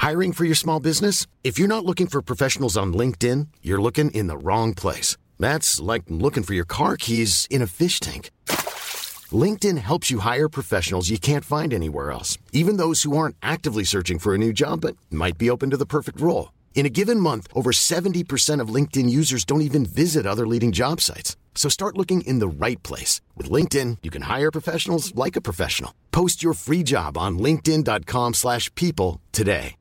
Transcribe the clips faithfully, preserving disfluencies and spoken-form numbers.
Hiring for your small business? If you're not looking for professionals on LinkedIn, you're looking in the wrong place. That's like looking for your car keys in a fish tank. LinkedIn helps you hire professionals you can't find anywhere else, even those who aren't actively searching for a new job but might be open to the perfect role. In a given month, over seventy percent of LinkedIn users don't even visit other leading job sites. So start looking in the right place. With LinkedIn, you can hire professionals like a professional. Post your free job on linkedin dot com slash people today.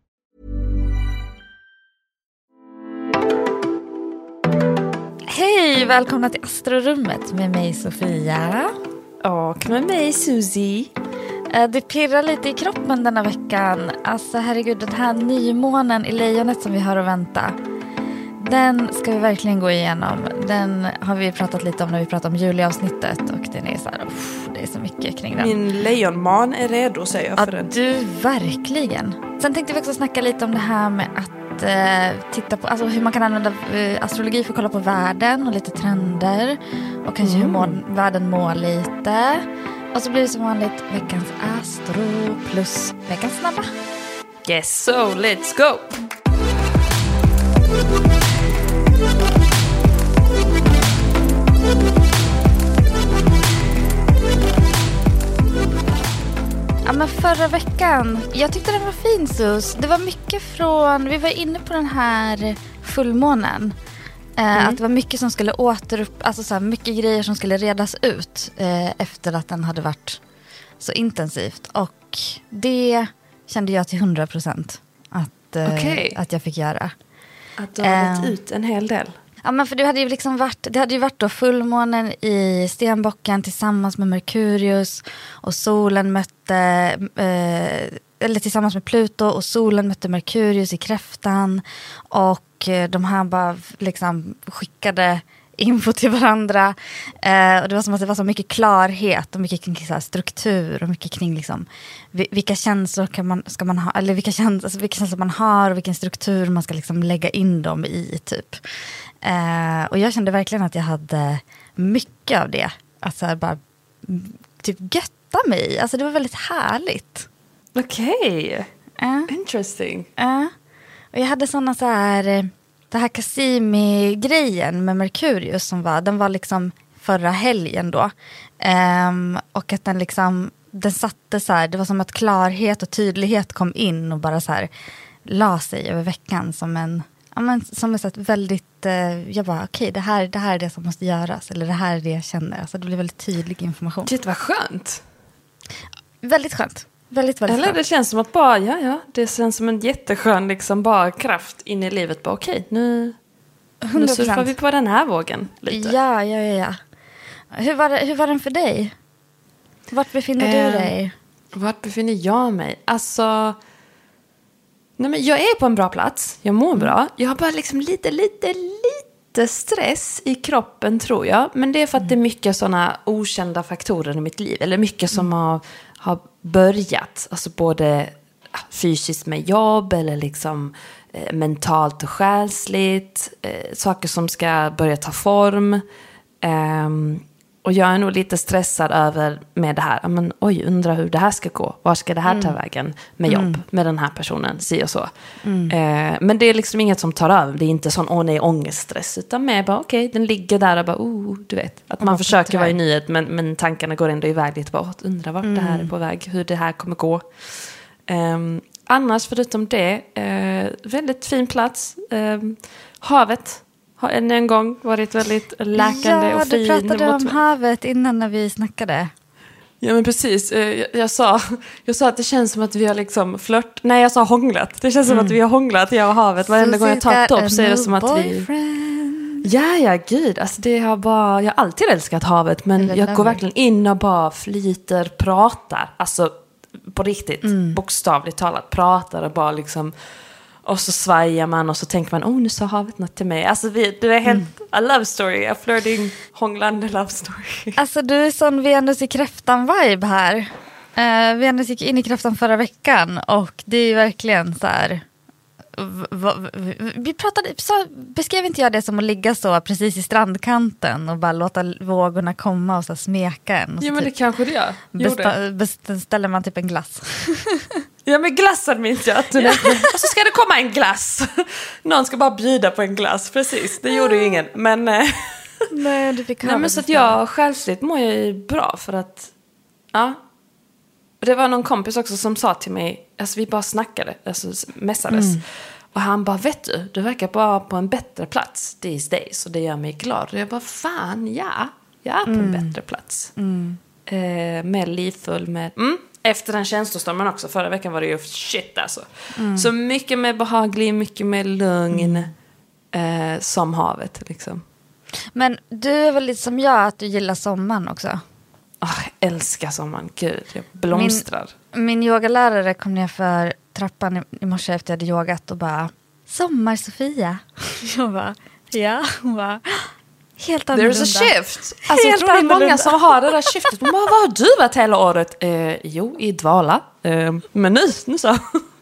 Hej, välkomna till Astrorummet med mig Sofia. Och med mig Susie. Det pirrar lite i kroppen denna veckan. Alltså herregud, den här nymånen i lejonet som vi har att vänta, den ska vi verkligen gå igenom. Den har vi pratat lite om när vi pratade om juliavsnittet. Och den är så här, uff, det är så mycket kring den. Min lejonman är redo, säger jag för ja, den. Du, verkligen. Sen tänkte vi också snacka lite om det här med att eh, titta på, alltså hur man kan använda eh, astrologi för att kolla på världen och lite trender. Och kanske mm. hur må, världen mår lite. Och så blir det som vanligt veckans Astro plus veckans snabba. Yes, so let's go! Ja, men förra veckan, jag tyckte den var fin, Sus. Det var mycket från, vi var inne på den här fullmånen. Eh, mm. Att det var mycket som skulle återupp, alltså så här, mycket grejer som skulle redas ut eh, efter att den hade varit så intensivt. Och det kände jag till hundra procent att, eh, okay. att jag fick göra. Att du har rätt eh, ut en hel del. Ja, men för det hade ju liksom varit, det hade ju varit då fullmånen i Stenbocken tillsammans med Merkurius, och solen mötte eh, eller tillsammans med Pluto, och solen mötte Merkurius i Kräftan, och eh, de här bara liksom skickade info till varandra, eh, och det var som att det var så mycket klarhet och mycket kring så här struktur och mycket kring liksom vilka känslor kan man, ska man ha, eller vilka känslor, alltså vilka känslor man har och vilken struktur man ska liksom lägga in dem i typ. Eh, och jag kände verkligen att jag hade mycket av det, att så här bara typ götta mig, alltså det var väldigt härligt. Okej, okay. uh, interesting. uh, och jag hade såna så här, det här Cassimi-grejen med Merkurius som var, den var liksom förra helgen då, um, och att den liksom, den satte så här, det var som att klarhet och tydlighet kom in och bara så här la sig över veckan som en, ja, men som ett väldigt, eh, jag bara okej, okay, det, här, det här är det som måste göras, eller det här är det jag känner, alltså det blir väldigt tydlig information. Det var skönt. Väldigt skönt. Väldigt, väldigt eller skönt. Det känns som att bara, ja ja, det känns som en jätteskön liksom bara kraft in i livet, bara okej, okay, nu, nu surfar vi på den här vågen lite. Ja, ja, ja, ja. Hur var, det, hur var den för dig? Vart befinner eh, du dig? Vart befinner jag mig? Alltså, nej men jag är på en bra plats. Jag mår bra. Jag har bara liksom lite, lite, lite stress i kroppen, tror jag. Men det är för att mm. det är mycket sådana okända faktorer i mitt liv. Eller mycket som mm. har, har börjat. Alltså både fysiskt med jobb eller liksom eh, mentalt och själsligt. Eh, saker som ska börja ta form. Ehm... Och jag är nog lite stressad över med det här. Men, oj, undrar hur det här ska gå. Var ska det här mm. ta vägen med jobb? Mm. Med den här personen, si och så. Mm. Eh, men det är liksom inget som tar över. Det är inte sån, åh nej, ångeststress. Utan mer bara, okej, okay, den ligger där och bara, oh, du vet. Att man försöker vara i nyhet, men, men tankarna går ändå iväg lite. Bara, undrar vart mm. det här är på väg. Hur det här kommer gå. Eh, annars, förutom det, eh, väldigt fin plats. Eh, havet. Har än en gång varit väldigt läkande ja, och fin. Ja, du pratade om havet innan när vi snackade. Ja, men precis. Jag, jag, sa, jag sa att det känns som att vi har liksom flört. Nej, jag sa hånglat. Det känns mm. som att vi har hånglat, jag och havet. Varenda gång jag tar topp så är det som att boyfriend. vi... Ja, ja, gud. Alltså, det har bara... Jag har alltid älskat havet, men Eller jag går verkligen in och bara flyter, pratar. Alltså, på riktigt, mm. bokstavligt talat, pratar och bara liksom... Och så svajar man och så tänker man, oh, nu sa havet något till mig. Alltså vi, det är helt mm. a love story, a flirting, hånglande love story. Alltså du är sån Venus i Kräftan-vibe här. Uh, Venus gick in i Kräftan förra veckan och det är ju verkligen så här... V- v- vi pratade, så beskrev inte jag det som att ligga så precis i strandkanten och bara låta vågorna komma och så smeka en. Och så ja, men det typ kanske det gör. Besta- beställer man typ en glass. Ja, men glassen minns jag. Att du ja. Och så ska det komma en glass. Någon ska bara bjuda på en glass, precis. Det gjorde ju ingen. Men, Nej, du fick nej, men så att jag självsligt mår jag ju bra för att... Ja. Det var någon kompis också som sa till mig, alltså vi bara snackade, alltså messades. Mm. Och han bara, vet du, du verkar bara på en bättre plats these days. Och det gör mig glad. Och jag bara, fan, ja, jag är på mm. en bättre plats. Mm. Eh, med livfull, med... Mm. Efter den känslostormen också. Förra veckan var det ju shit alltså. Mm. Så mycket mer behaglig, mycket mer lugn. Mm. Eh, som havet liksom. Men du är väl lite som jag att du gillar sommaren också? Oh, jag älskar sommaren, gud, jag blomstrar. Min, min yogalärare kom ner för trappan i, i morse efter jag hade yogat och bara, sommar Sofia. Jag bara, ja, hon bara, helt annorlunda. There's a shift. Alltså, jag tror det är många som har det där shiftet. Men vad har du varit hela året? Eh, jo, i dvala. Eh, men nu, nu så.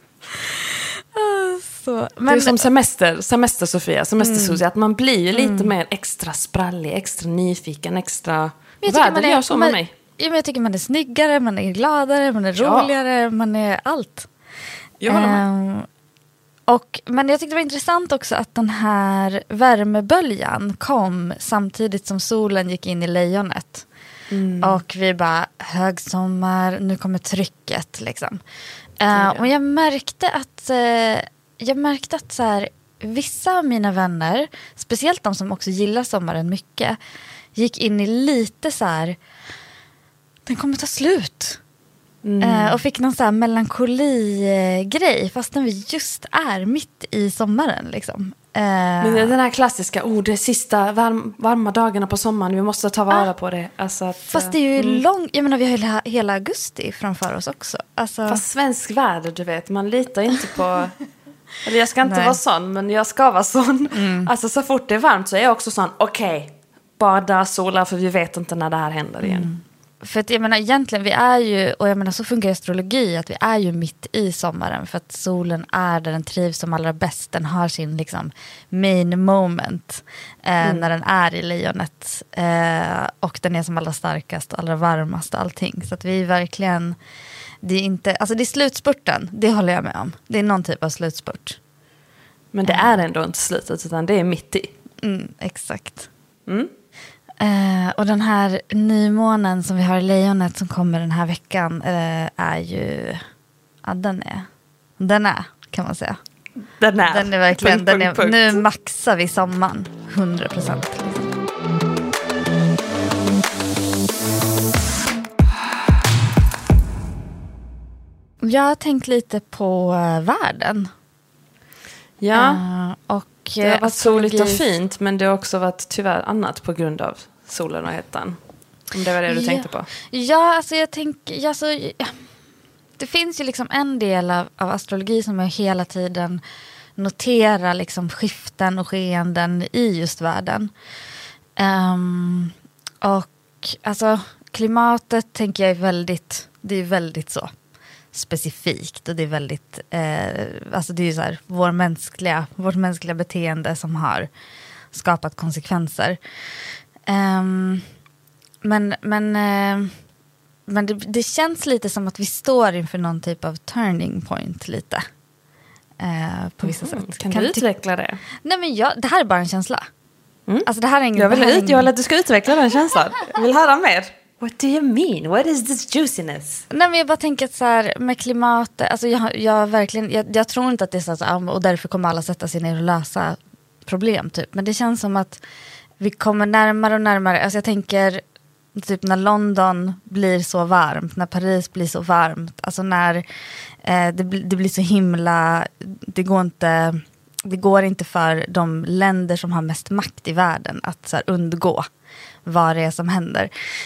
Så, men, det är som semester, semester Sofia, semester mm. Susie, att man blir lite mm. mer extra sprallig, extra nyfiken, extra... Världen gör så med mig. Ja, men jag tycker man är snyggare, man är gladare, man är roligare, ja. Man är allt. Jag håller med. Um, och, men jag tyckte det var intressant också att den här värmeböljan kom samtidigt som solen gick in i lejonet. Mm. Och vi bara, högsommar, nu kommer trycket liksom. Uh, och jag märkte att, uh, jag märkte att så här, vissa av mina vänner, speciellt de som också gillar sommaren mycket, gick in i lite så här, den kommer ta slut. Mm. Uh, och fick någon så här melankoli-grej fastän vi just är mitt i sommaren liksom. Uh, Men den här klassiska, oh, det är sista varm, varma dagarna på sommaren, vi måste ta vara uh, på det. Alltså att, fast det är ju mm. lång, jag menar vi har hela, hela augusti framför oss också. Alltså... Fast svensk väder, du vet, man litar inte på... Eller jag ska inte Nej. vara sån, men jag ska vara sån. Mm. Alltså så fort det är varmt så är jag också sån, okej, okay, bada, sola, för vi vet inte när det här händer igen. Mm. För att jag menar egentligen, vi är ju, och jag menar så funkar astrologi, att vi är ju mitt i sommaren för att solen är där den trivs som allra bäst. Den har sin liksom main moment eh, mm. när den är i lejonet eh, och den är som allra starkast och allra varmast och allting. Så att vi verkligen, det är inte, alltså det är slutspurten, det håller jag med om. Det är någon typ av slutspurt. Men det är ändå inte slutet utan det är mitt i. Mm, exakt. Mm. Uh, och den här nymånen som vi har i lejonet som kommer den här veckan uh, är ju, ja den är, den är kan man säga. Den är. Den är verkligen, punkt, den punkt, är, punkt. nu maxar vi sommaren, hundra procent. Jag har tänkt lite på uh, världen. Ja, uh, och det har varit soligt och fint, men det har också varit tyvärr annat på grund av solen och hettan. Om det var det du ja. tänkte på. Ja, alltså jag tänker... Alltså, ja. Det finns ju liksom en del av, av astrologi som jag hela tiden noterar liksom skiften och skeenden i just världen. Um, och alltså klimatet tänker jag är väldigt... Det är väldigt så specifikt och det är väldigt eh, alltså det är ju så här vår mänskliga, vårt mänskliga beteende som har skapat konsekvenser. Um, men men, uh, men det, det känns lite som att vi står inför någon typ av turning point lite uh, på vissa mm, sätt. Kan, kan du utveckla det? Nej men jag, det här är bara en känsla. Mm. Alltså det här är ingen, jag vill, ut, ingen... jag vill att du ska utveckla den känslan. Jag vill höra mer. What do you mean? What is this juiciness? Nej men jag bara tänker att så här, med klimatet, alltså jag, jag verkligen, jag, jag tror inte att det är så att, och därför kommer alla sätta sig ner och lösa problem typ. Men det känns som att vi kommer närmare och närmare, alltså jag tänker typ när London blir så varmt, när Paris blir så varmt, alltså när eh, det, det blir så himla, det går inte, det går inte för de länder som har mest makt i världen att så här, undgå vad det är som händer.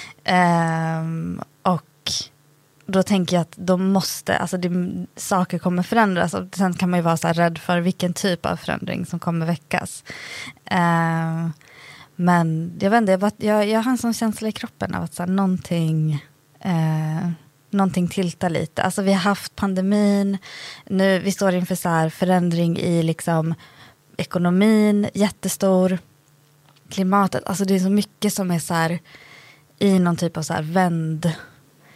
Um, och då tänker jag att de måste, alltså det, saker kommer förändras och sen kan man ju vara så här rädd för vilken typ av förändring som kommer väckas. Um, men jag vet inte, jag, bara, jag, jag har en sån känsla i kroppen av att så här, någonting, uh, någonting tiltar lite. Alltså vi har haft pandemin, nu vi står inför så här förändring i liksom ekonomin, jättestor, klimatet, alltså det är så mycket som är så här i någon typ av så här vänd,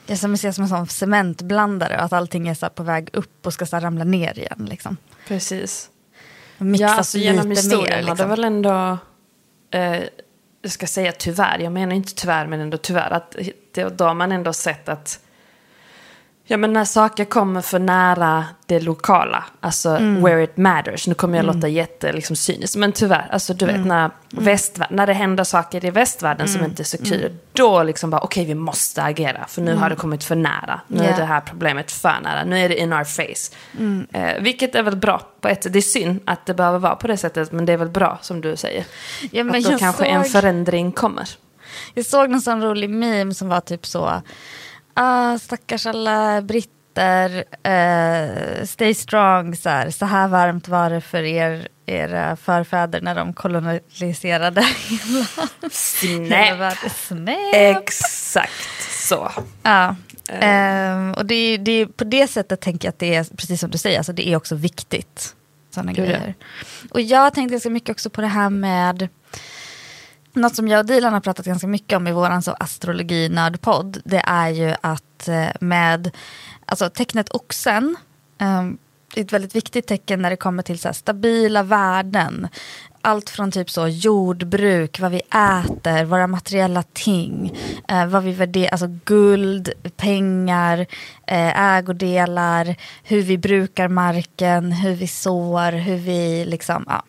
Jag som ser som en sån cementblandare, att allting är så på väg upp och ska så ramla ner igen. Liksom. Precis. Mixas ja, alltså, genom lite historien mer. Liksom. Har det väl ändå, eh, jag ska säga tyvärr, jag menar inte tyvärr men ändå tyvärr, att det, då har man ändå sett att ja, men när saker kommer för nära det lokala, alltså mm. where it matters. Nu kommer jag mm. låta jätte liksom, cynisk, men tyvärr, alltså du mm. vet, när, mm. västvär- när det händer saker i västvärlden mm. som inte är så kul, mm. då liksom bara, okej, okay, vi måste agera, för nu mm. har det kommit för nära. Nu yeah. är det här problemet för nära, nu är det in our face. Mm. Eh, vilket är väl bra på ett sätt. Det är synd att det behöver vara på det sättet, men det är väl bra, som du säger. Ja, men att då kanske såg... en förändring kommer. Jag såg någon sån rolig meme som var typ så... Ah, stackars alla britter, uh, stay strong, så här. Så här varmt var det för er, era förfäder när de koloniserade hela, hela världen. Snäpp. Exakt så. Ja, um, och det, det, på det sättet tänker jag att det är, precis som du säger, alltså det är också viktigt. Sådana grejer. Och jag tänkte ganska mycket också på det här med... Något som jag och Dilan har pratat ganska mycket om i våran så astrologi-nördpodd, det är ju att med alltså tecknet oxen, um, det är ett väldigt viktigt tecken när det kommer till så här stabila värden. Allt från typ så jordbruk, vad vi äter, våra materiella ting, eh, vad vi värderar, alltså guld, pengar, eh, ägodelar, hur vi brukar marken, hur vi sår, hur vi liksom, ja.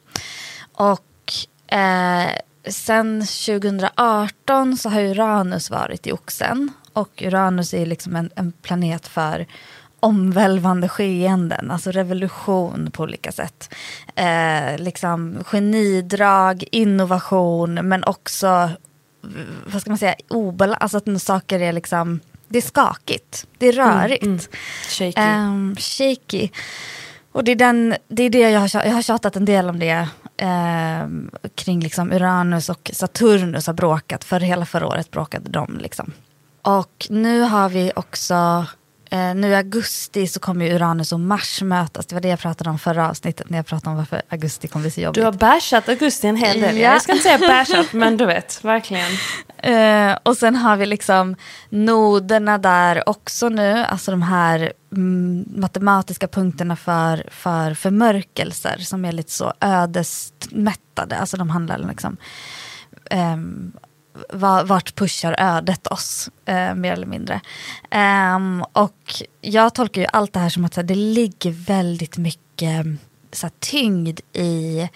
Och eh, sen tjugo arton så har Uranus varit i oxen. Och Uranus är liksom en, en planet för omvälvande skeenden. Alltså revolution på olika sätt. Eh, liksom genidrag, innovation, men också, vad ska man säga, obalans. Alltså att saker är liksom, det är skakigt. Det är rörigt. Mm, mm. Shaky. Um, shaky. Och det är, den, det är det jag har, jag har tjatat en del om det. Eh, kring liksom Uranus och Saturnus har bråkat. För hela förra året bråkade de liksom. Och nu har vi också, eh, nu i augusti så kommer Uranus och Mars mötas. Det var det jag pratade om förra avsnittet när jag pratade om varför augusti kommer bli så jobbigt. Du har bashat augusti en hel del. Ja. Jag ska inte säga bashat, men du vet, verkligen. Eh, och sen har vi liksom noderna där också nu. Alltså de här mm, matematiska punkterna för, för förmörkelser som är lite så ödesmättade. Alltså de handlar liksom... Eh, vart pushar ödet oss, eh, mer eller mindre. Um, och jag tolkar ju allt det här som att så här, det ligger väldigt mycket så här, tyngd i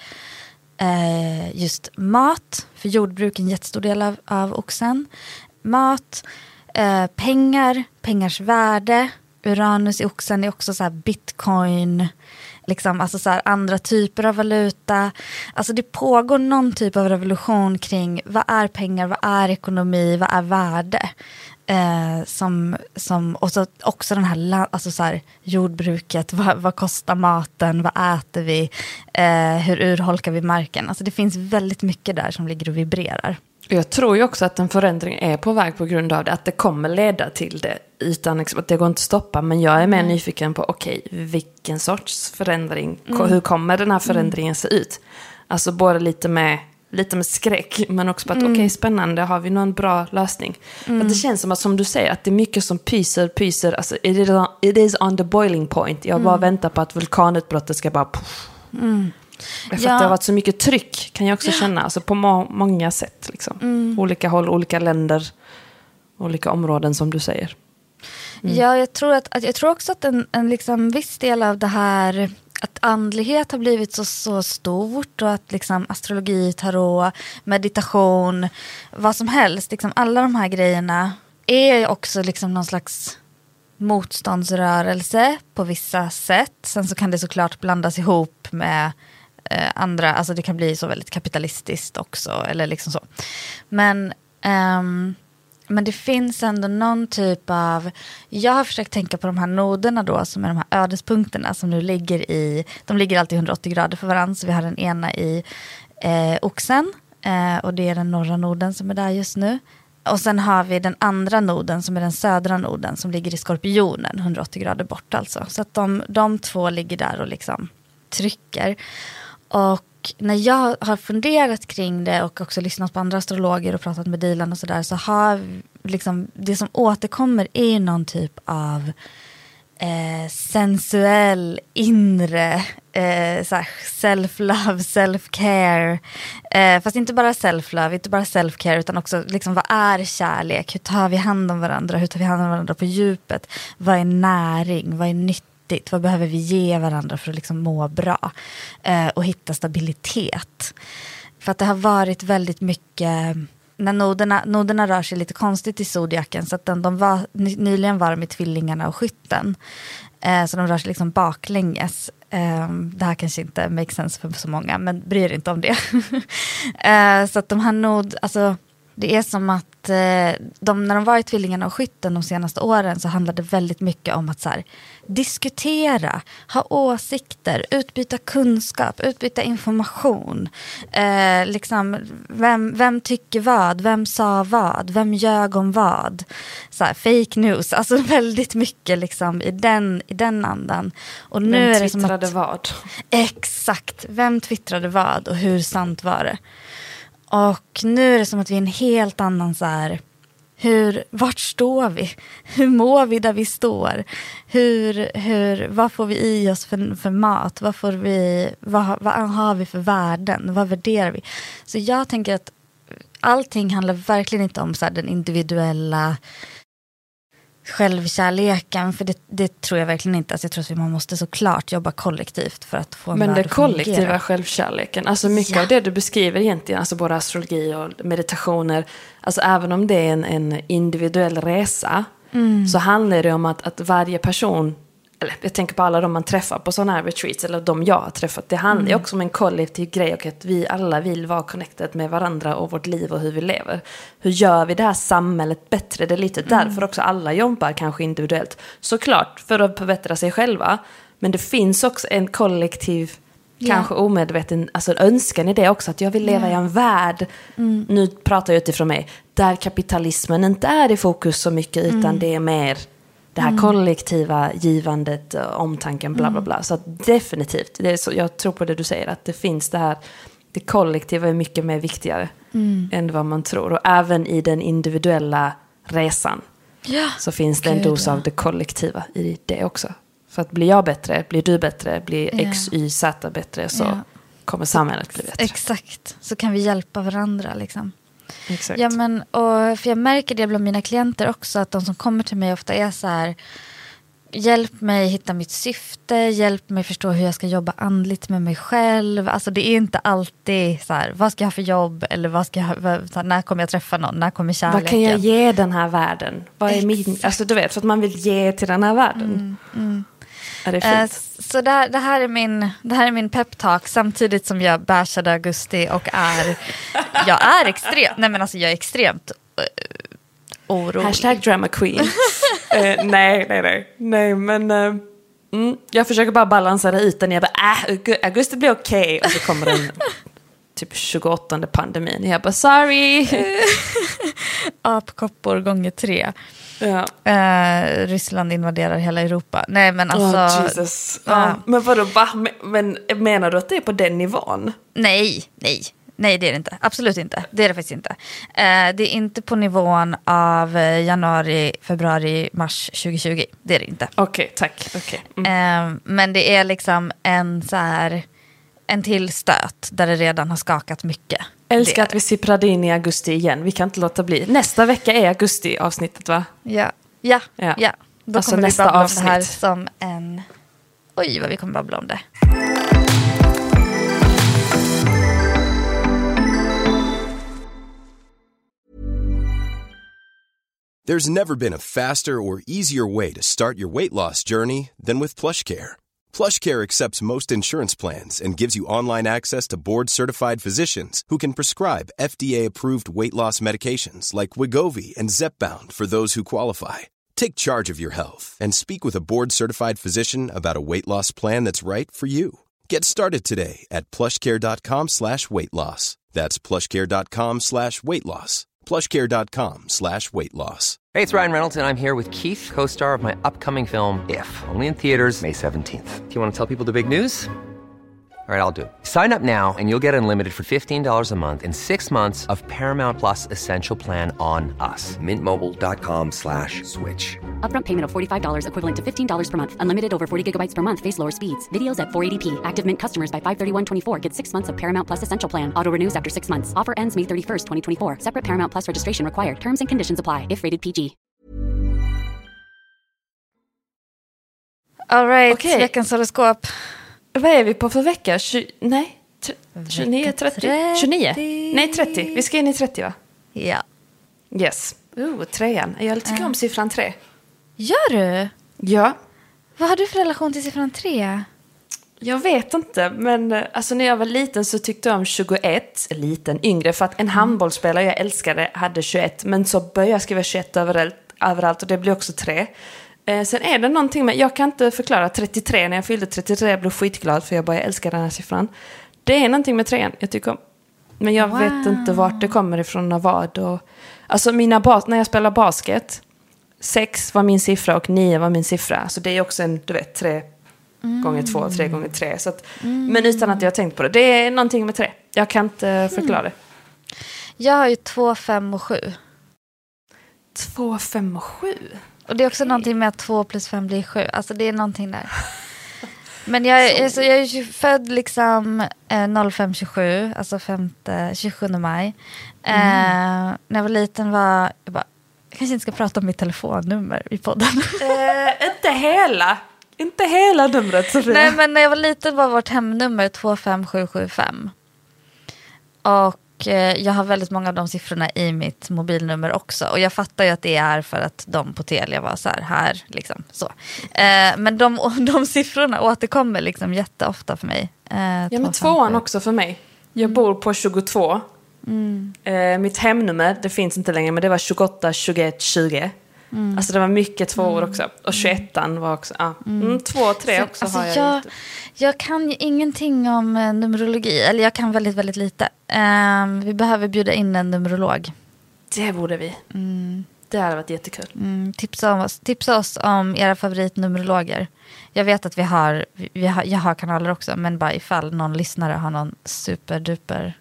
eh, just mat. För jordbruk är en jättestor del av, av oxen. Mat, eh, pengar, pengars värde. Uranus i oxen är också så här bitcoin, liksom, alltså så här, andra typer av valuta. Alltså det pågår någon typ av revolution kring vad är pengar, vad är ekonomi, vad är värde. Eh, som, som, och så också den här, alltså så här, jordbruket, vad, vad kostar maten, vad äter vi, eh, hur urholkar vi marken. Alltså det finns väldigt mycket där som ligger och vibrerar. Jag tror ju också att en förändring är på väg på grund av det. Att det kommer leda till det. Utan liksom, att det går inte att stoppa. Men jag är mer mm. nyfiken på, okej, okay, vilken sorts förändring? Mm. Hur kommer den här förändringen mm. se ut? Alltså både lite med, lite med skräck. Men också på att, mm. okej, okay, spännande. Har vi någon bra lösning? Mm. Att det känns som att, som du säger, att det är mycket som pyser, pyser. Alltså, it is on, it is on the boiling point. Jag mm. bara väntar på att vulkanutbrottet ska bara... Mm. För ja. att det har varit så mycket tryck, kan jag också känna, alltså på må- många sätt liksom. Mm. Olika håll, olika länder, olika områden som du säger. Mm. Ja, jag tror, att, att, jag tror också att en, en liksom viss del av det här, att andlighet har blivit så, så stort och att liksom astrologi, tarot, meditation, vad som helst, liksom alla de här grejerna är också liksom någon slags motståndsrörelse på vissa sätt. Sen så kan det såklart blandas ihop med eh, andra, alltså det kan bli så väldigt kapitalistiskt också, eller liksom så. Men, ehm, men det finns ändå någon typ av, jag har försökt tänka på de här noderna då, som är de här ödespunkterna som nu ligger i, de ligger alltid hundraåttio grader för varandra, så vi har den ena i eh, oxen, eh, och det är den norra noden som är där just nu. Och sen har vi den andra noden som är den södra noden som ligger i skorpionen, hundraåttio grader bort alltså. Så att de, de två ligger där och liksom trycker. Och när jag har funderat kring det och också lyssnat på andra astrologer och pratat med Dilan och sådär, så har liksom, det som återkommer är någon typ av eh, sensuell, inre eh, så här, self-love, self-care. Eh, fast inte bara self-love, inte bara self-care, utan också liksom, vad är kärlek? Hur tar vi hand om varandra? Hur tar vi hand om varandra på djupet? Vad är näring? Vad är nyttigt? Vad behöver vi ge varandra för att liksom må bra? Eh, och hitta stabilitet. För att det har varit väldigt mycket... När noderna, noderna rör sig lite konstigt i zodiaken, så att den, de var, nyligen var de i tvillingarna och skytten. Eh, så de rör sig liksom baklänges. Eh, det här kanske inte makes sense för så många, men bryr inte om det. eh, så att de här nod... Alltså, det är som att eh, de, när de var i tvillingarna och skytten de senaste åren, så handlade det väldigt mycket om att så här, diskutera, ha åsikter, utbyta kunskap, utbyta information. Eh, liksom, vem, vem tycker vad? Vem sa vad? Vem ljög om vad? Så här, fake news. Alltså väldigt mycket liksom, i, den, i den andan. Och nu vem är det som att, vad? Exakt. Vem twittrade vad och hur sant var det? Och nu är det som att vi är en helt annan så här, hur, vart står vi? Hur mår vi där vi står? Hur, hur, vad får vi i oss för, för mat? Vad, får vi, vad, vad har vi för värden? Vad värderar vi? Så jag tänker att allting handlar verkligen inte om så här, den individuella självkärleken, för det, det tror jag verkligen inte. Alltså jag tror att man måste såklart jobba kollektivt för att få en Men värld det kollektiva fungera. Självkärleken, alltså mycket Ja. av det du beskriver egentligen, alltså både astrologi och meditationer, alltså även om det är en, en individuell resa, mm. så handlar det om att, att varje person, eller jag tänker på alla de man träffar på sådana här retreats, eller de jag har träffat, det handlar mm. också om en kollektiv grej, och att vi alla vill vara connected med varandra och vårt liv och hur vi lever. Hur gör vi det här samhället bättre? Det är lite mm. därför också alla jobbar kanske individuellt. Såklart för att förbättra sig själva, men det finns också en kollektiv, yeah. kanske omedveten, alltså en önskan i det också, att jag vill leva yeah. i en värld, mm. nu pratar jag utifrån mig, där kapitalismen inte är i fokus så mycket, utan mm. det är mer det här mm. kollektiva givandet, omtanken, bla bla bla. Så att definitivt, det är så, jag tror på det du säger, att det finns det här, det kollektiva är mycket mer viktigare mm. än vad man tror. Och även i den individuella resan ja. så finns det en Gud, dos ja. av det kollektiva i det också. För att blir jag bättre, blir du bättre, blir ja. X, Y, Z bättre, så ja. kommer samhället bli bättre. Exakt, så kan vi hjälpa varandra liksom. Exakt. Ja, men, och, för jag märker det bland mina klienter också, att de som kommer till mig ofta är så här: hjälp mig hitta mitt syfte, hjälp mig förstå hur jag ska jobba andligt med mig själv. Alltså det är inte alltid så här, vad ska jag ha för jobb, eller vad ska jag ha, så här, när kommer jag träffa någon, när kommer kärleken? Vad kan jag ge den här världen? Vad är min, alltså du vet, för att man vill ge till den här världen. Mm, mm. Är det fint? Uh, så där, det, här är min, det här är min peptalk, samtidigt som jag bashade augusti och är jag är extremt, nej men alltså jag är extremt uh, orolig. Hashtag drama queen. uh, nej, nej, nej. Nej, men uh, mm, jag försöker bara balansera ut den. Jag bara, äh, augusti blir okej. Okay. Och så kommer den typ tjugoåttonde pandemin. Jag bara, sorry. Apkoppor gånger tre. Ja. Uh, Ryssland invaderar hela Europa. Nej men alltså oh, Jesus. Uh. Uh, men vadå, va? Men, men menar du att det är på den nivån? Nej, nej. Nej, det är det inte. Absolut inte. Det är det faktiskt inte. Uh, det är inte på nivån av januari, februari, mars tjugohundratjugo. Det är det inte. Okej, okay, tack. Okay. Mm. Uh, men det är liksom en så här, en till stöt där det redan har skakat mycket. Älskar att vi sipprade in i augusti igen. Vi kan inte låta bli. Nästa vecka är augusti avsnittet, va? Ja, ja, ja. ja. Då alltså kommer nästa vi babbla avsnitt. om det här som en... Oj, vad vi kommer babbla om det. There's never been a faster or easier way to start your weight loss journey than with PlushCare. PlushCare accepts most insurance plans and gives you online access to board-certified physicians who can prescribe F D A-approved weight loss medications like Wegovy and Zepbound for those who qualify. Take charge of your health and speak with a board-certified physician about a weight loss plan that's right for you. Get started today at plushcare.com slash weight loss. That's plushcare.com slash weight loss. plushcare.com slash weight loss. Hey, it's Ryan Reynolds, and I'm here with Keith, co-star of my upcoming film, If, only in theaters May seventeenth. Do you want to tell people the big news? All right, I'll do it. Sign up now and you'll get unlimited for fifteen dollars a month and six months of Paramount Plus Essential Plan on us. Mint Mobile dot com slash switch. Upfront payment of forty-five dollars equivalent to fifteen dollars per month. Unlimited over forty gigabytes per month. Face lower speeds. Videos at four eighty p. Active Mint customers by five thirty-one twenty-four get six months of Paramount Plus Essential Plan. Auto renews after six months. Offer ends May thirty-first, twenty twenty-four. Separate Paramount Plus registration required. Terms and conditions apply if rated P G. All right, Okej. veckans horoskop. Vad är vi på för vecka? Tju- nej, tr- tjugonio, trettio? tjugonio? Nej, trettio. Vi ska in i trettio, va? Ja. Yes. Oh, trean. Jag tycker om siffran tre. Gör du? Ja. Vad har du för relation till siffran tre? Jag vet inte, men eh, alltså när jag var liten så tyckte jag om tjugoett, liten, yngre, för att en handbollsspelare jag älskade hade tjugoett, men så började jag skriva tjugoett överallt, överallt och det blir också tre. Eh, sen är det någonting med, jag kan inte förklara trettiotre, när jag fyllde trettiotre jag blev skitglad för jag bara älskar den här siffran. Det är någonting med trean jag tycker om. Men jag Wow. vet inte vart det kommer ifrån och vad. Och, alltså mina bas, när jag spelar basket, sex var min siffra och nio var min siffra. Så det är också en, du vet, tre gånger två, tre gånger tre. Så att, men utan att jag har tänkt på det. Det är någonting med tre. Jag kan inte förklara det. Jag har ju två, fem och sju. Två, fem och sju. Och det är också någonting med att två plus fem blir sju. Alltså det är någonting där. Men jag, är, så jag är ju född liksom eh, noll fem tjugosju, alltså femte, tjugosjunde maj. Eh, när jag var liten var jag bara, jag kanske inte ska prata om mitt telefonnummer i podden. Eh, inte hela. Inte hela numret, Sofia. Nej, men när jag var liten var vårt hemnummer två fem sju sju fem. Och eh, jag har väldigt många av de siffrorna i mitt mobilnummer också. Och jag fattar ju att det är för att de på Telia var så här, här liksom så. Eh, men de, de siffrorna återkommer liksom jätteofta för mig. Eh, Ja, men tvåan också för mig. Jag bor på tjugotvå. Mm. Eh, mitt hemnummer, det finns inte längre, men det var tjugoåtta, tjugoett, tjugo. Mm. Alltså det var mycket tvåor mm. också. Och tjugoettan var också, ja. Mm, två, tre så, också alltså har jag. Jag, gjort. jag kan ju ingenting om eh, numerologi. Eller jag kan väldigt, väldigt lite. Eh, vi behöver bjuda in en numerolog. Det borde vi. Mm. Det hade varit jättekul. Mm, tipsa, om oss, tipsa oss om era favoritnumerologer. Jag vet att vi har, vi har, jag har kanaler också, men bara ifall någon lyssnare har någon superduper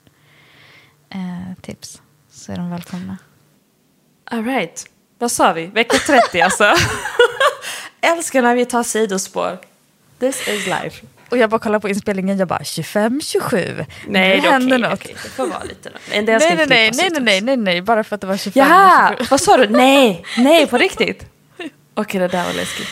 eh, tips så är de välkomna. All right. Vad sa vi? Vecka trettio alltså. Älskar när vi tar sidospår. This is life. Och jag bara kollar på inspelningen, jag bara tjugofem tjugosju. Nej, det händer okay, något. Okay. Det får vara lite. Nej, nej, nej, nej, nej, nej, nej, nej, nej, bara för att det var tjugofem. Ja, vad sa du? Nej, nej, på riktigt. Okej, okay, det där var läskigt.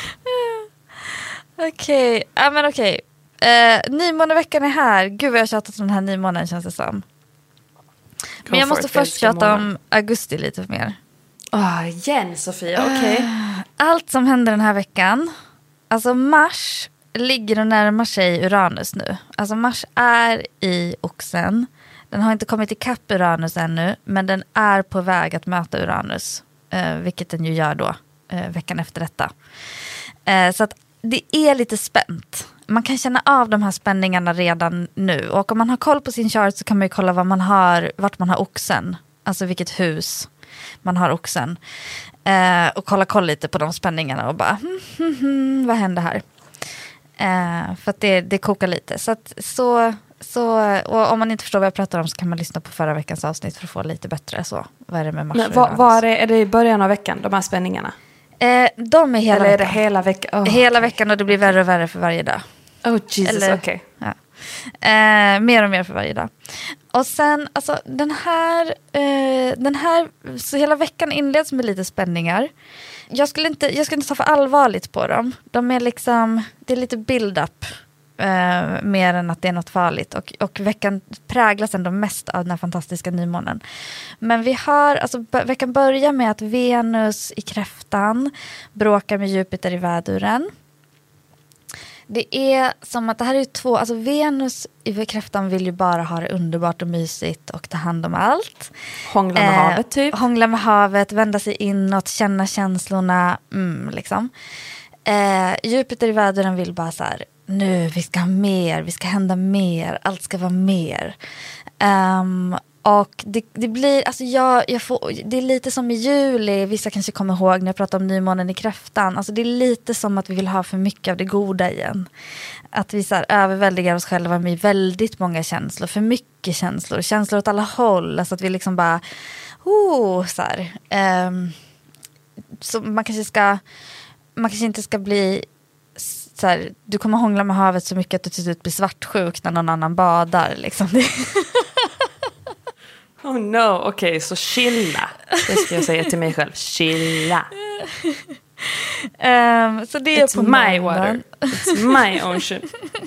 Okej, okay. ja men okej. Okay. Uh, nymåneveckan är här. Gud vad jag har tjatat om den här nymånen känns det som. Men jag måste först tjata om augusti lite mer. Ah, igen Sofia, okej. Okay. Uh, allt som händer den här veckan. Alltså Mars ligger och närmar sig Uranus nu. Alltså Mars är i Oxen. Den har inte kommit ikapp Uranus ännu, men den är på väg att möta Uranus. Uh, vilket den ju gör då, uh, veckan efter detta. Uh, så att det är lite spänt. Man kan känna av de här spänningarna redan nu. Och om man har koll på sin chart så kan man ju kolla vad man har, vart man har Oxen. Alltså vilket hus man har Oxen. Eh, och kolla, kolla lite på de spänningarna och bara, hm, hm, hm, vad händer här? Eh, för att det, det kokar lite. Så, att, så, så och om man inte förstår vad jag pratar om så kan man lyssna på förra veckans avsnitt för att få lite bättre så. Vad är det med Mars? Men, vad, vad är, det, är det i början av veckan, de här spänningarna? Eh, de är hela Eller är det veckan. hela veckan? Oh, hela okay. veckan och det blir värre och värre för varje dag. Oh Jesus, okej. Okay. Ja. Eh, mer och mer för varje dag. Och sen, alltså den här, eh, den här, så hela veckan inleds med lite spänningar. Jag skulle inte, jag skulle inte ta för allvarligt på dem. De är liksom, det är lite build-up. Eh, mer än att det är något farligt. Och, och veckan präglas ändå mest av den här fantastiska nymånen. Men vi har, alltså b- veckan börjar med att Venus i kräftan bråkar med Jupiter i väduren. Det är som att det här är två, alltså Venus i kräftan vill ju bara ha det underbart och mysigt och ta hand om allt. Hångla med eh, havet typ. Hångla med havet, vända sig inåt, känna känslorna, mm, liksom. Eh, Jupiter i väduren vill bara så här, nu, vi ska ha mer, vi ska hända mer, allt ska vara mer. Um, Och det, det blir, alltså jag, jag får, det är lite som i juli, vissa kanske kommer ihåg när jag pratade om nymånen i kräftan. Alltså det är lite som att vi vill ha för mycket av det goda igen. Att vi så här överväldigar oss själva med väldigt många känslor, för mycket känslor, känslor åt alla håll. Alltså att vi liksom bara, oh, så här. Um, så man kanske ska, man kanske inte ska bli så här, du kommer hångla med havet så mycket att du till slut blir svartsjuk när någon annan badar liksom. Oh no, okej, okay, så chilla. Det ska jag säga till mig själv. Chilla. Um, så det är It's på my måndagen. water. It's my ocean.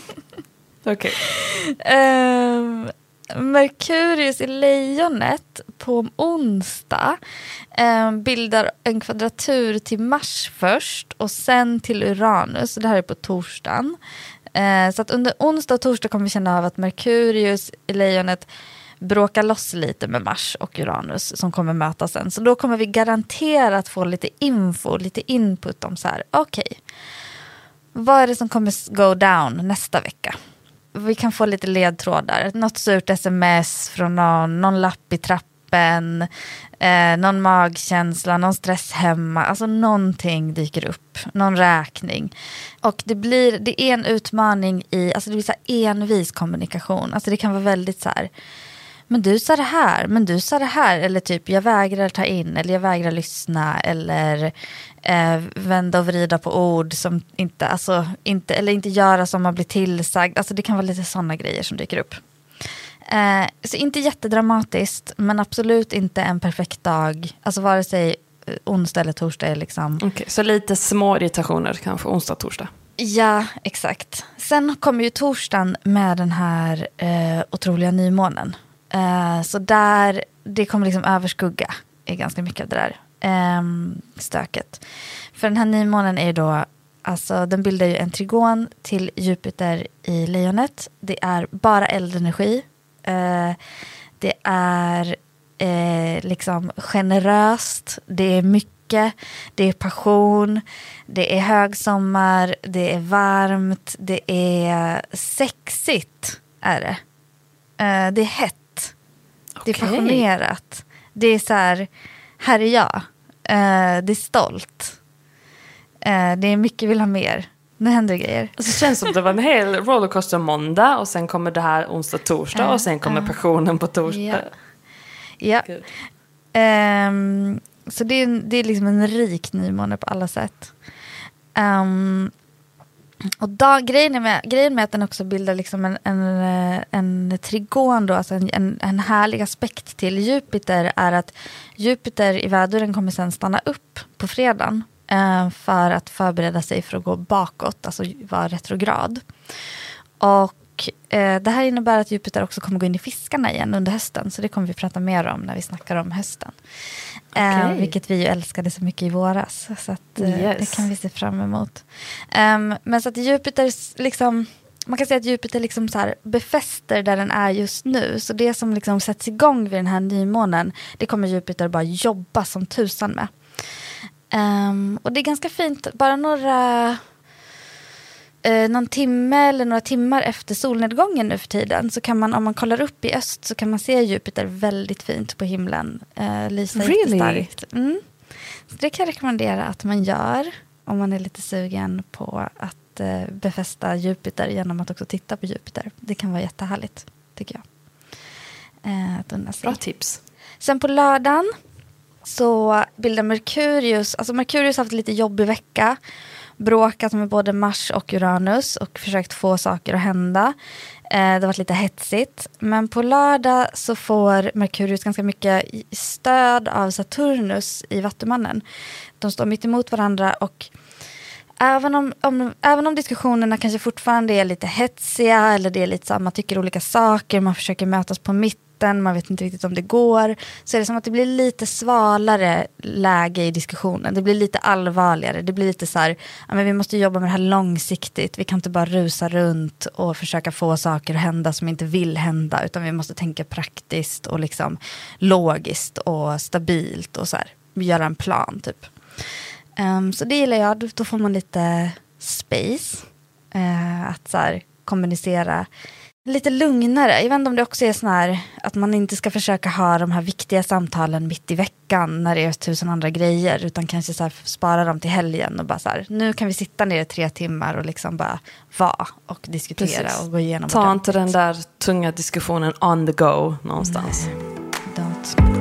Okej. Okay. Um, Merkurius i lejonet på onsdag um, bildar en kvadratur till Mars först och sen till Uranus. Det här är på torsdagen. Uh, så att under onsdag och torsdag kommer vi känna av att Merkurius i lejonet bråka loss lite med Mars och Uranus som kommer mötas sen. Så då kommer vi garanterat få lite info, lite input om så här, okej, okay, vad är det som kommer go down nästa vecka? Vi kan få lite ledtrådar, något surt sms från någon, någon lapp i trappen, eh, någon magkänsla, någon stress hemma, alltså någonting dyker upp, någon räkning. Och det blir, det är en utmaning i, alltså det blir så här envis kommunikation, alltså det kan vara väldigt så här, men du sa det här, men du sa det här. Eller typ, jag vägrar ta in, eller jag vägrar lyssna. Eller eh, vända och vrida på ord som inte, alltså, inte, eller inte göra som man blir tillsagd. Alltså det kan vara lite sådana grejer som dyker upp. Eh, så inte jättedramatiskt, men absolut inte en perfekt dag. Alltså vare sig onsdag eller torsdag är liksom... Okej, okay, så lite små irritationer kanske onsdag, torsdag. Ja, exakt. Sen kommer ju torsdagen med den här eh, otroliga nymånen. Uh, så där, det kommer liksom överskugga är ganska mycket av det där um, stöket. För den här nymånen är ju då, alltså den bildar ju en trigon till Jupiter i lejonet. Det är bara eldenergi. Uh, det är uh, liksom generöst. Det är mycket. Det är passion. Det är högsommar. Det är varmt. Det är sexigt är det. Uh, det är hett. Det är passionerat. Det är så här, här är jag. Uh, det är stolt. Uh, det är mycket vill ha mer. Nu händer grejer. Alltså, det känns som det var en hel rollercoaster måndag och sen kommer det här onsdag, torsdag uh, och sen kommer uh, passionen på torsdag. Ja. ja. Um, så det är, det är liksom en rik nymåne på alla sätt. Um, Och då, grejen, med, grejen med att den också bildar liksom en, en, en trigon, då, alltså en, en, en härlig aspekt till Jupiter är att Jupiter i väduren kommer sen stanna upp på fredagen eh, för att förbereda sig för att gå bakåt, alltså vara retrograd. Och eh, det här innebär att Jupiter också kommer gå in i fiskarna igen under hösten, så det kommer vi prata mer om när vi snackar om hösten. Okay. Eh, vilket vi ju älskade så mycket i våras. Så att, eh, yes. Det kan vi se fram emot. Um, men så att Jupiter liksom, man kan säga att Jupiter liksom så här befäster där den är just nu. Så det som liksom sätts igång vid den här nymånen, det kommer Jupiter bara jobba som tusan med. Um, och det är ganska fint, bara några... Eh, någon timme eller några timmar efter solnedgången nu för tiden så kan man, om man kollar upp i öst så kan man se Jupiter väldigt fint på himlen. Eh, lysa really? jättestarkt. Mm. Så det kan jag rekommendera att man gör om man är lite sugen på att eh, befästa Jupiter genom att också titta på Jupiter. Det kan vara jättehärligt, tycker jag. Eh, att unna sig. Bra tips. Sen på lördagen så bildar Merkurius, alltså Merkurius har haft lite jobbig vecka. Bråkat med både Mars och Uranus och försökt få saker att hända. Eh, det har varit lite hetsigt. Men på lördag så får Merkurius ganska mycket stöd av Saturnus i Vattumannen. De står mitt emot varandra och även om, om, även om diskussionerna kanske fortfarande är lite hetsiga eller det är lite så, man tycker olika saker, man försöker mötas på mitten, man vet inte riktigt om det går, så är det som att det blir lite svalare läge i diskussionen. Det blir lite allvarligare. Det blir lite så här, ja, men vi måste jobba med det här långsiktigt. Vi kan inte bara rusa runt och försöka få saker att hända som inte vill hända, utan vi måste tänka praktiskt och liksom logiskt och stabilt och så här, göra en plan typ. Um, så det gillar jag. Då får man lite space uh, att så här, kommunicera lite lugnare. Jag vet inte om det också är sån här att man inte ska försöka ha de här viktiga samtalen mitt i veckan när det är tusen andra grejer, utan kanske så här spara dem till helgen och bara så här, nu kan vi sitta ner i tre timmar och liksom bara vara och diskutera. Precis. Och gå igenom. Ta inte den där tunga diskussionen on the go någonstans. Nej, don't.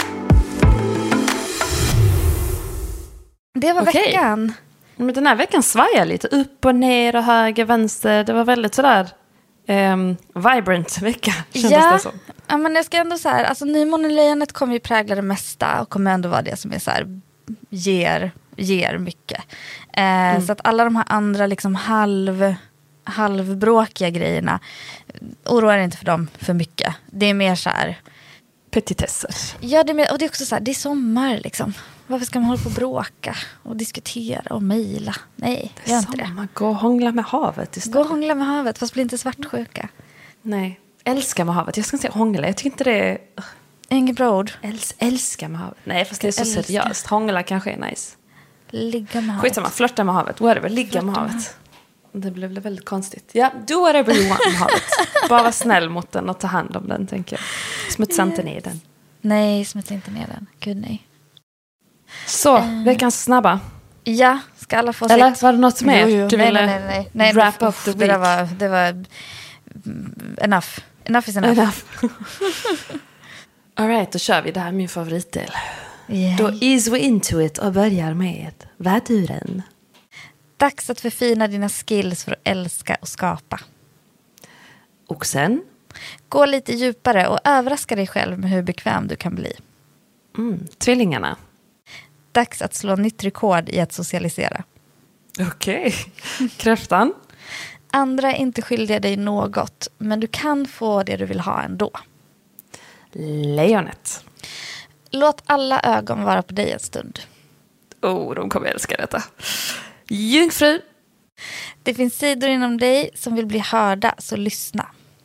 Det var okay. Veckan. Men den här veckan svajar lite upp och ner och höger, vänster. Det var väldigt sådär um, vibrant vecka, kändes ja. det som. Ja, men jag ska ändå så här, alltså Nymånelejonet kommer ju prägla det mesta och kommer ändå vara det som är så här, ger, ger mycket. Eh, mm. Så att alla de här andra liksom halv, halvbråkiga grejerna, oroar inte för dem för mycket. Det är mer så här... petitesser. Ja, det är mer, och det är också så här, det är sommar liksom. Varför ska man hålla på och bråka och diskutera och mejla? Nej, det gör inte det. Man går och hångla med havet istället. Gå och hångla med havet, fast bli inte svartsjuka. Nej, älska med havet. Jag ska inte säga hångla, jag tycker inte det är... Inget bra ord. Äls, älska med havet. Nej, fast det är så älska. Seriöst. Hångla kanske är nice. Ligga med havet. Skitsamma, flörta med havet. Whatever, ligga flörta med havet. Med. Det blev väldigt konstigt. Ja, do whatever you want med havet. Bara vara snäll mot den och ta hand om den, tänker jag. Smutsa inte ner den. Nej, smutsa inte ner den. Gud nej. Så, uh, veckans snabba. Ja, ska alla få Eller sitt... var det något mer? Jo, jo. Du nej, ville nej, nej, nej. wrap nej, up the det week? Det var, det var enough. Enough is enough. enough. All right, då kör vi. Det här är min favoritdel. Yeah. Då ease we into it och börjar med väduren. Dags att förfina dina skills för att älska och skapa. Och sen? Gå lite djupare och överraska dig själv med hur bekväm du kan bli. Mm, tvillingarna. Dags att slå nytt rekord i att socialisera. Okej. Okay. Kräftan. Andra är inte skyldiga dig något, men du kan få det du vill ha ändå. Lejonet. Låt alla ögon vara på dig en stund. Oh, de kommer älska detta. Jungfru. Det finns sidor inom dig som vill bli hörda, så lyssna.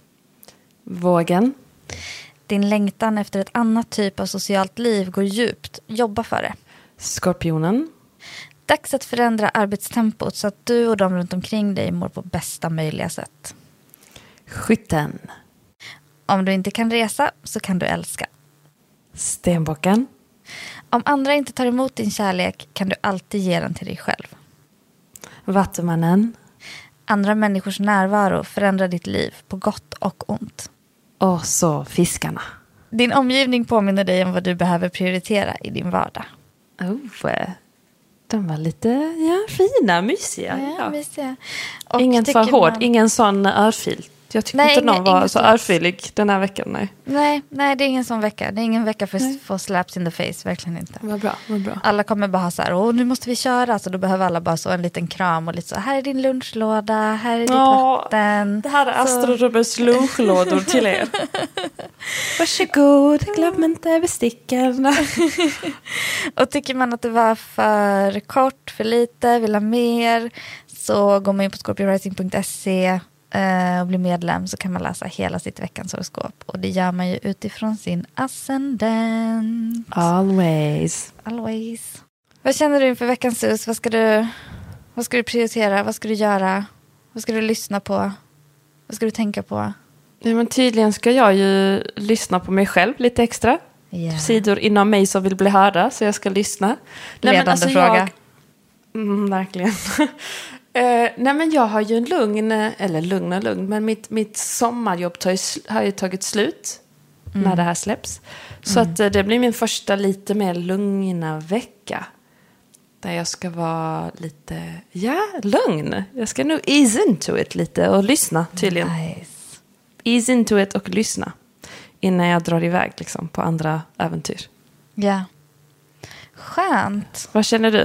Vågen. Din längtan efter ett annat typ av socialt liv går djupt. Jobba för det. Skorpionen. Dags att förändra arbetstempot så att du och de runt omkring dig mår på bästa möjliga sätt. Skytten. Om du inte kan resa så kan du älska. Stenbocken. Om andra inte tar emot din kärlek kan du alltid ge den till dig själv. Vattumannen. Andra människors närvaro förändrar ditt liv på gott och ont. Och så fiskarna. Din omgivning påminner dig om vad du behöver prioritera i din vardag. Oh, de var lite ja, fina, mysiga. Ja, ja. mysiga. Och ingen för hård, man... ingen sån örfil. Jag tycker nej, inte någon ingen, var så örfilig den här veckan. Nej. Nej, nej, det är ingen sån vecka. Det är ingen vecka för att få slaps in the face, verkligen inte. Vad bra, vad bra. Alla kommer bara ha så här, åh nu måste vi köra. Så då behöver alla bara så en liten kram och lite så, här är din lunchlåda, här är ditt oh, vatten. Det här är Astrid Rubbers lunchlådor till er. Varsågod, glöm inte besticken. Och tycker man att det var för kort, för lite, vill ha mer, så går man in på scorpio rising punkt se och blir medlem, så kan man läsa hela sitt veckans horoskop. Och det gör man ju utifrån sin ascendent. Always. Always. Vad känner du inför veckans hus? Vad ska du, vad ska du prioritera? Vad ska du göra? Vad ska du lyssna på? Vad ska du tänka på? Ja, men tydligen ska jag ju lyssna på mig själv lite extra. Yeah. Sidor inom mig som vill bli hörda, så jag ska lyssna. Ledande nej, men alltså fråga. Jag... Mm, verkligen. uh, nej men jag har ju en lugn, eller lugn och lugn, men mitt, mitt sommarjobb tar, har ju tagit slut mm. när det här släpps. Så mm. att uh, det blir min första lite mer lugna vecka. Där jag ska vara lite, ja, lugn. Jag ska nog ease into it lite och lyssna tydligen. Nice. Ease into it och lyssna. Innan jag drar iväg liksom, på andra äventyr. Ja. Skönt. Vad känner du?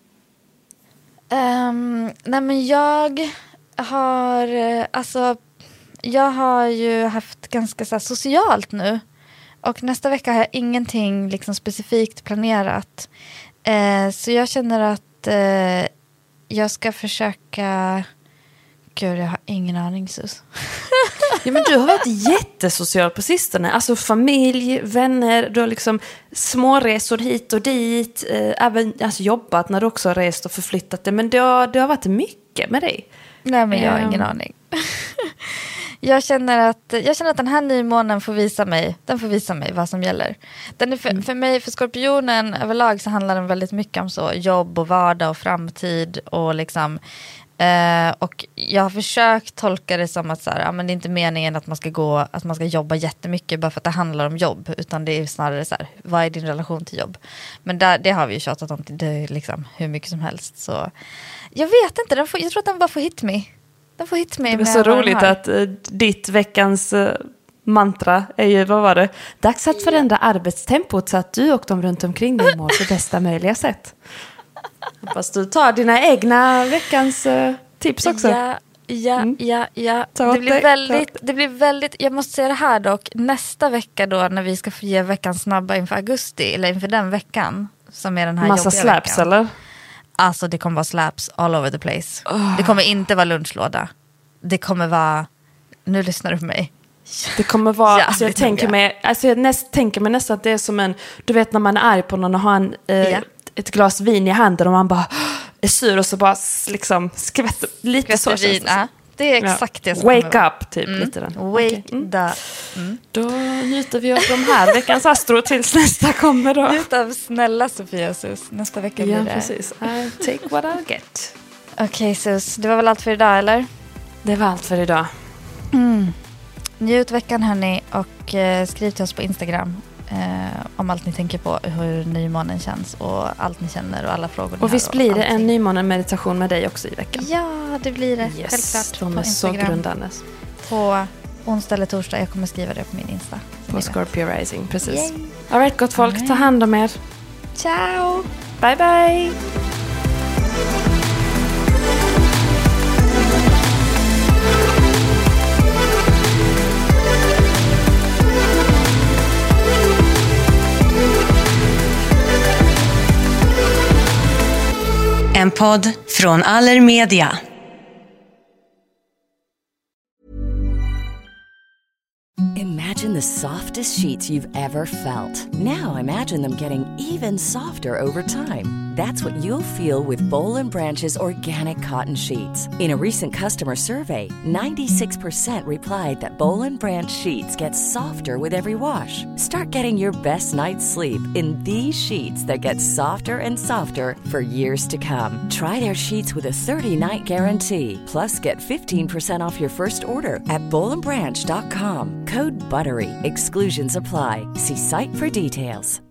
Um, nej men jag har, alltså, jag har ju haft ganska så här, socialt nu. Och nästa vecka har jag ingenting liksom specifikt planerat. Uh, så jag känner att uh, jag ska försöka... Gud, jag har ingen aning, Sus. Ja, men du har varit jättesocial på sistone. Alltså familj, vänner, du har liksom småresor hit och dit. Eh, även alltså, jobbat när du också har rest och förflyttat det. Men det har, det har varit mycket med dig. Nej, men jag har ingen um. aning. Jag känner att jag känner att den här nymånen får visa mig, den får visa mig vad som gäller. Den är för, mm. för mig, för skorpionen överlag så handlar den väldigt mycket om så jobb och vardag och framtid och liksom eh, och jag har försökt tolka det som att så här, ja, men det är inte meningen att man ska gå att man ska jobba jättemycket bara för att det handlar om jobb, utan det är snarare så här, vad är din relation till jobb? Men där, det har vi ju tjatat om det är liksom hur mycket som helst, så jag vet inte, den får, jag tror att den bara får hit mig. Den får hit mig. Det är så roligt att uh, ditt veckans uh, mantra är ju, vad var det? Dags att förändra arbetstempot så att du och de runt omkring dig mår på bästa möjliga sätt. Hoppas du tar dina egna veckans uh, tips också. Ja, ja, mm. ja, ja. Det blir, det. väldigt, det blir väldigt, jag måste säga det här dock, nästa vecka då när vi ska få ge veckans snabba inför augusti, eller inför den veckan som är den här massa jobbiga slaps veckan. Eller? Alltså det kommer vara slaps all over the place. Oh. Det kommer inte vara lunchlåda. Det kommer vara, nu lyssnar du på mig. Det kommer vara, ja, alltså jag tänker mig, alltså jag näst, tänker mig nästan att det är som en, du vet när man är arg på någon och har en, eh, ja. ett glas vin i handen och man bara är sur och så bara liksom skvätter lite skvätter så vin, ja. Det är exakt ja. det som wake up typ mm. lite den. Wake okay. mm. the mm. Då njuter vi av de här veckans astro tills nästa kommer då. Njut av snälla Sofia Sus. Nästa vecka blir ja, det. Precis. I take what I'll get. Okej okay, Sus, det var väl allt för idag eller? Det var allt för idag. Mm. Njut veckan hörni och eh, skriv till oss på Instagram eh, om allt ni tänker på, hur nymånen känns och allt ni känner och alla frågor ni och visst har. Blir det en nymånen meditation med dig också i veckan? Ja, det blir det. Yes, självklart. De är så grundandes. På onsdag eller torsdag, jag kommer skriva det på min Insta. På Scorpio Rising, precis. All right, gott folk, ta hand om er. Ciao! Bye bye! En podd från Allermedia. Imagine the softest sheets you've ever felt. Now imagine them getting even softer over time. That's what you'll feel with Boll and Branch's organic cotton sheets. In a recent customer survey, ninety-six percent replied that Boll and Branch sheets get softer with every wash. Start getting your best night's sleep in these sheets that get softer and softer for years to come. Try their sheets with a thirty-night guarantee. Plus, get fifteen percent off your first order at boll and branch dot com. Code BUTTERY. Exclusions apply. See site for details.